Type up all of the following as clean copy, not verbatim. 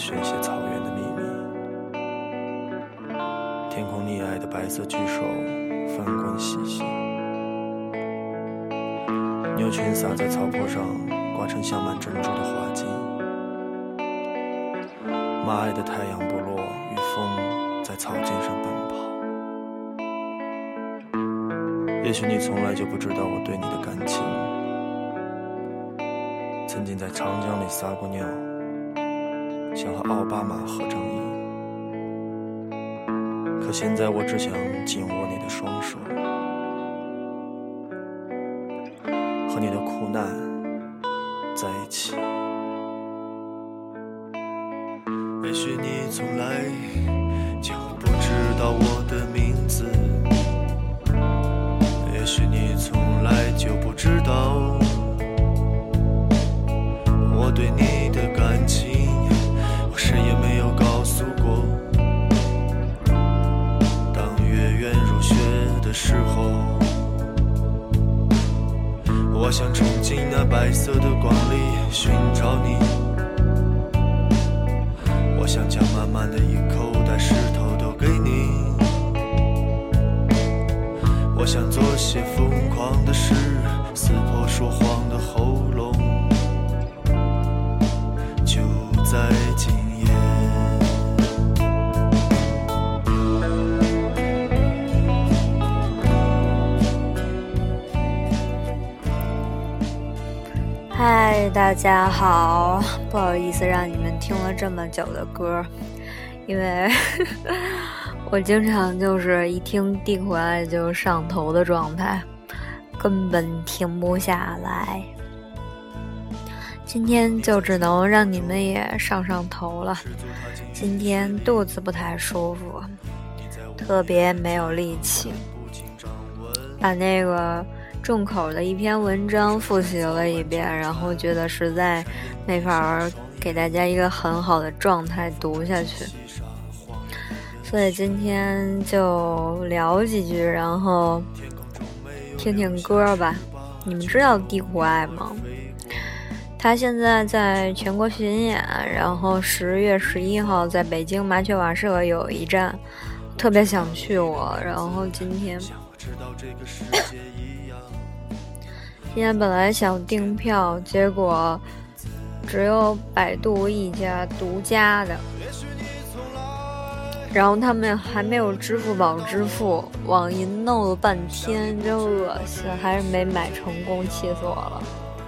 宣泄草原的秘密。天空溺爱的白色巨兽翻滚嬉戏，牛群洒在草坡上，挂成镶满珍珠的花巾。马爱的太阳不落，与风在草尖上奔跑。也许你从来就不知道我对你的感情，曾经在长江里撒过尿，想和奥巴马合张影。可现在我只想紧握你的双手，和你的苦难在一起。也许你从来就不知道我的名字，也许你从来就不知道我对你的感情，我谁也没有告诉过。当月圆如雪的时候，我想冲进那白色的光里寻找你，我想将满满的一口袋石头都给你，我想做些疯狂的事，撕破说谎的喉咙，就在今夜。 嗨，大家好，不好意思让你们听了这么久的歌，因为我经常就是一听地回来就上头的状态，根本停不下来。今天就只能让你们也上头了。今天肚子不太舒服，特别没有力气，把那个重口的一篇文章复习了一遍，然后觉得实在没法给大家一个很好的状态读下去，所以今天就聊几句，然后听听歌吧。你们知道地虎爱吗？他现在在全国巡演，然后10月11号在北京麻雀瓦舍有一站，特别想去我，然后今天本来想订票，结果只有百度一家独家的，然后他们还没有支付宝支付，网银弄了半天，真恶心，还是没买成功，气死我了。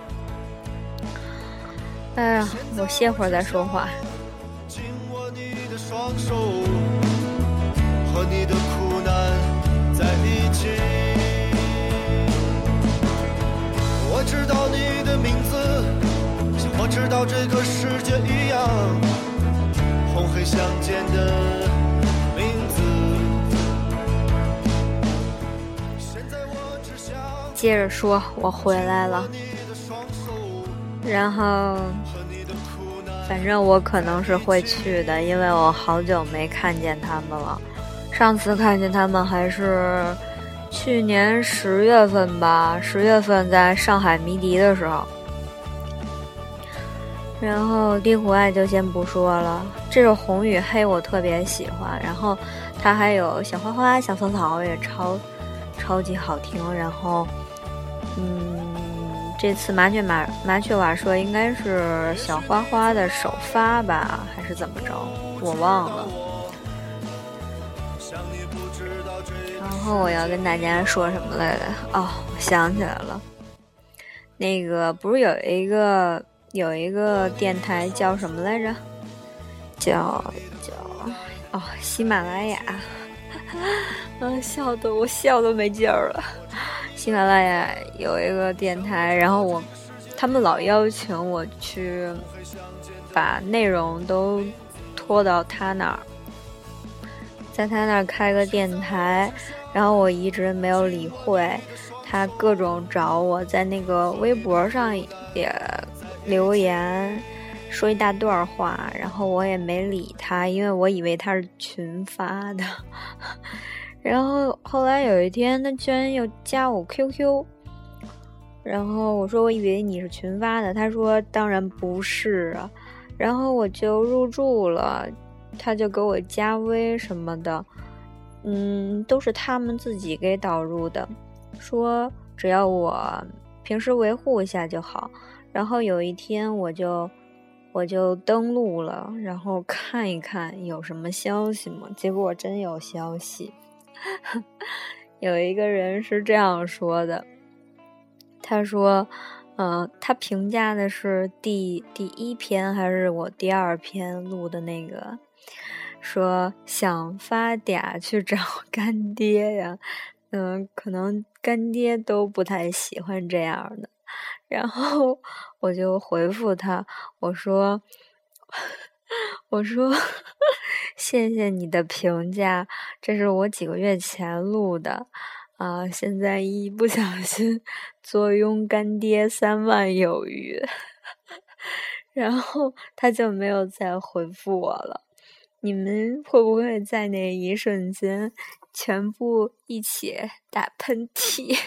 哎呀，我歇会儿再说话。 紧握你的双手，和你的苦难在一起。我知道你的名字，像我知道这个世界一样，红黑相间的名字。 接着说，我回来了，然后反正我可能是会去的，因为我好久没看见他们了。上次看见他们还是去年10月份吧，10月份在上海迷笛的时候。然后地虎爱就先不说了，这首红与黑我特别喜欢，然后它还有小花花小草草也超级好听。然后这次麻雀瓦舍应该是小花花的首发吧，还是怎么着我忘了。然后我要跟大家说什么来着？哦，我想起来了，那个不是有一个电台叫什么来着？叫喜马拉雅。我笑得没劲儿了。喜马拉雅有一个电台，然后他们老邀请我去把内容都拖到他那儿，在他那儿开个电台，然后我一直没有理会，他各种找我，在那个微博上也留言说一大段话，然后我也没理他，因为我以为他是群发的。然后后来有一天他居然又加我 QQ， 然后我说我以为你是群发的，他说当然不是啊， 然后我就入住了，他就给我加微什么的，都是他们自己给导入的，说只要我平时维护一下就好。然后有一天我就登录了，然后看一看有什么消息吗？结果真有消息。有一个人是这样说的，他说他评价的是第一篇还是我第2篇录的那个，说想发嗲去找干爹呀，可能干爹都不太喜欢这样的。然后我就回复他，我说谢谢你的评价，这是我几个月前录的现在一不小心坐拥干爹3万有余。然后他就没有再回复我了。你们会不会在那一瞬间全部一起打喷嚏？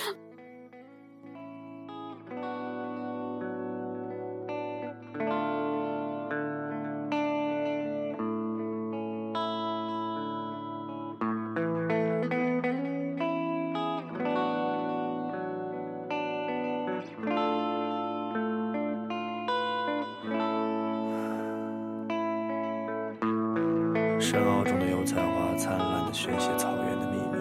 深奥中的油菜花灿烂地宣泄草原的秘密，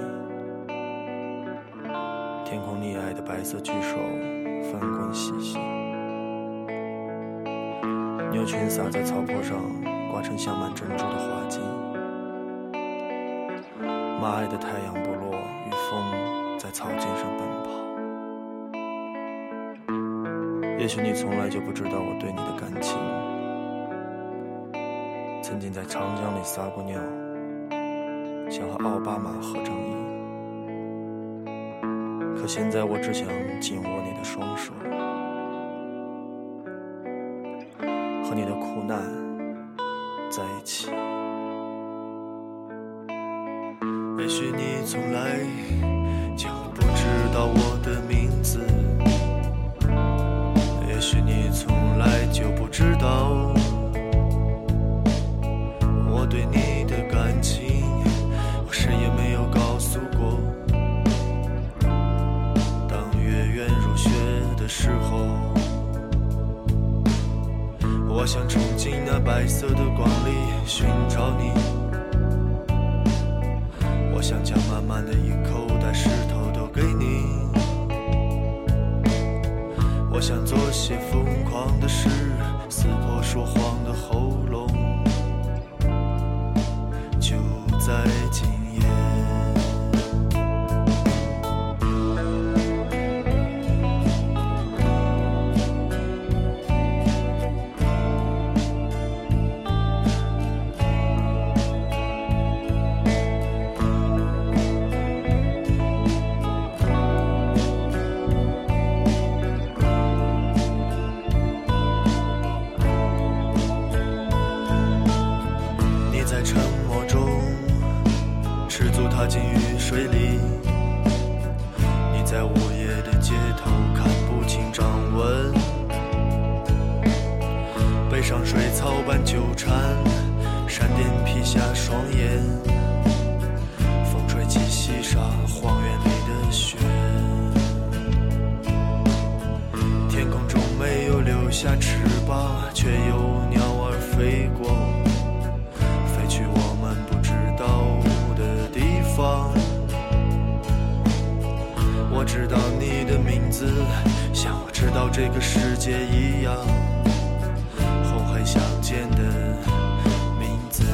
天空溺爱的白色巨兽翻滚嬉戏，牛群洒在草坡上，挂成镶满珍珠的花茎，马爱的太阳部落与风在草尖上奔跑。也许你从来就不知道我对你的感情，曾经在长江里撒过尿，想和奥巴马合张影。可现在我只想紧握你的双手，和你的苦难在一起。也许你从来就不知道我的名字，也许你从来就不知道我对你的感情，我谁也没有告诉过。当月圆如雪的时候，我想冲进那白色的光里寻找你，我想将满满的一口袋石头都给你，我想做些疯狂的事，撕破说谎的喉咙，就在今夜。踏进雨水里，你在午夜的街头看不清掌纹，背上水草般纠缠，闪电劈下双眼，风吹起细沙荒原里的雪，天空中没有留下翅膀，却有鸟儿飞过，飞去我们不知道的地方。我知道你的名字，像我知道这个世界一样，红黑相间的名字。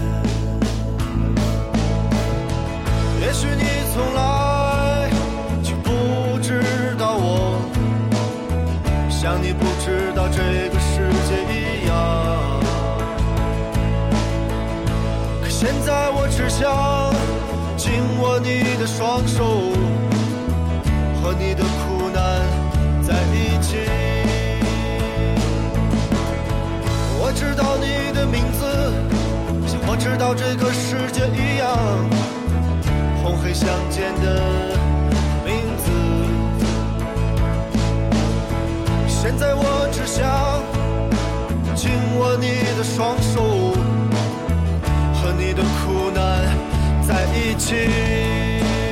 也许你从来就不知道我，像你不知道这个世界一样，可现在我只想紧握你的双手，和你的苦难在一起。我知道你的名字，像我知道这个世界一样，红黑相间的名字。现在我只想紧握你的双手，和你的苦难在一起。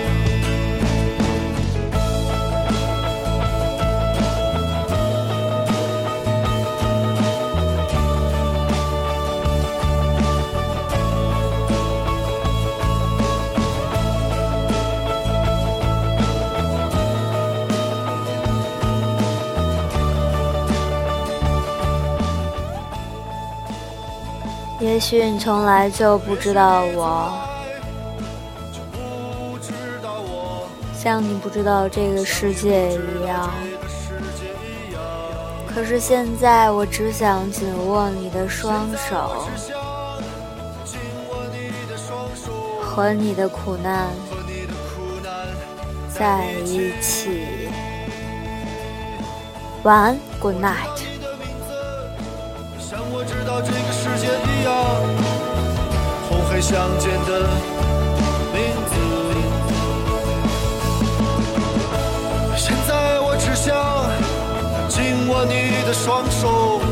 也许你从来就不知道我，像你不知道这个世界一样。可是现在我只想紧握你的双手，和你的苦难在一起。晚安 ，Good night。 像我知道这个世界一样，红黑相间的名字。现在我只想紧握你的双手，